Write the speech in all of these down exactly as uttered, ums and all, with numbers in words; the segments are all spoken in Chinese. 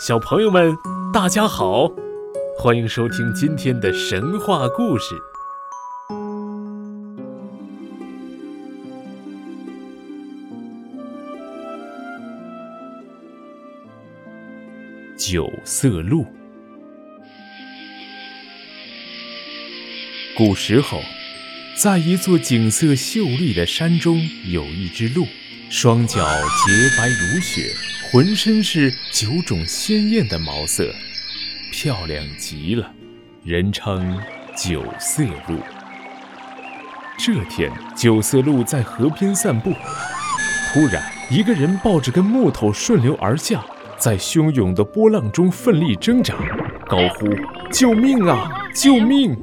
小朋友们，大家好，欢迎收听今天的神话故事。九色鹿。古时候，在一座景色秀丽的山中，有一只鹿，双脚洁白如雪，浑身是九种鲜艳的毛色，漂亮极了，人称九色鹿。这天，九色鹿在河边散步，突然一个人抱着根木头顺流而下，在汹涌的波浪中奋力挣扎，高呼：救命啊，救命！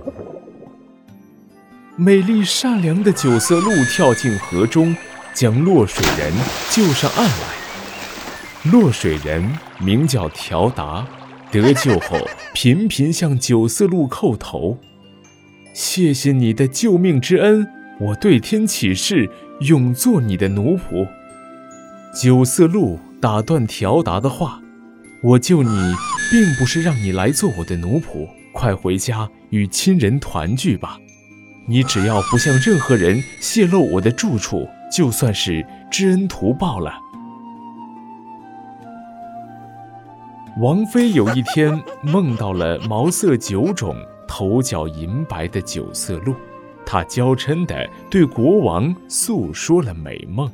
美丽善良的九色鹿跳进河中，将落水人救上岸来。落水人名叫条达，得救后频频向九色鹿叩头：谢谢你的救命之恩，我对天起誓，永做你的奴仆。九色鹿打断条达的话：我救你并不是让你来做我的奴仆，快回家与亲人团聚吧。你只要不向任何人泄露我的住处，就算是知恩图报了。王妃有一天梦到了毛色九种、头角银白的九色鹿，她娇嗔地对国王诉说了美梦，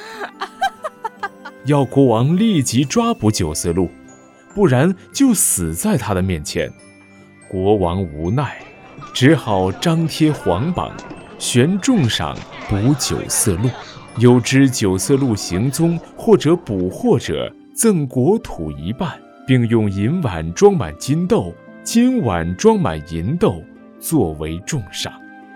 要国王立即抓捕九色鹿，不然就死在他的面前。国王无奈，只好张贴皇榜，悬重赏捕九色鹿，有知九色鹿行踪或者捕获者，赠国土一半，并用银碗装满金豆，金碗装满银豆，作为重赏。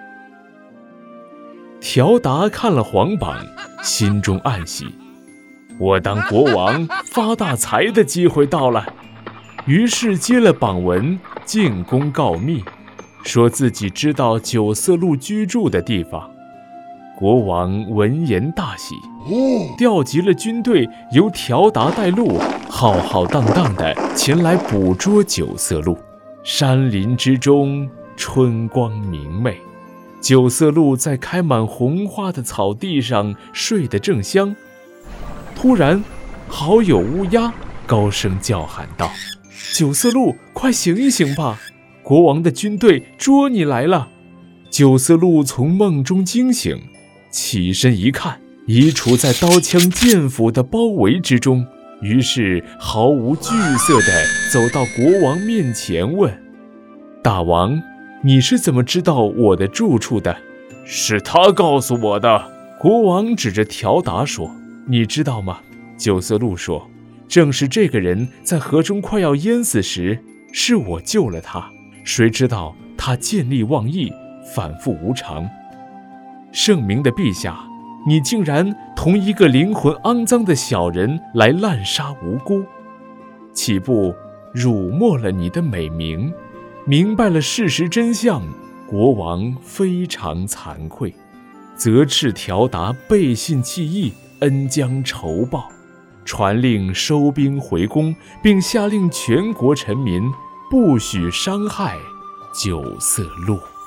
条达看了皇榜，心中暗喜，我当国王发大财的机会到了，于是接了榜文，进宫告密，说自己知道九色鹿居住的地方。国王闻言大喜，调集了军队，由条达带路，浩浩荡荡地前来捕捉九色鹿。山林之中，春光明媚，九色鹿在开满红花的草地上睡得正香。突然，好友乌鸦高声叫喊道：九色鹿，快醒一醒吧，国王的军队捉你来了！九色鹿从梦中惊醒，起身一看，已处在刀枪剑斧的包围之中，于是毫无惧色地走到国王面前问：大王，你是怎么知道我的住处的？是他告诉我的。国王指着条达说：你知道吗？九色鹿说：正是这个人在河中快要淹死时，是我救了他，谁知道他见利忘义，反复无常。圣明的陛下，你竟然同一个灵魂肮脏的小人来滥杀无辜，岂不辱没了你的美名？明白了事实真相，国王非常惭愧，责斥条达背信弃义，恩将仇报，传令收兵回宫，并下令全国臣民不许伤害九色鹿。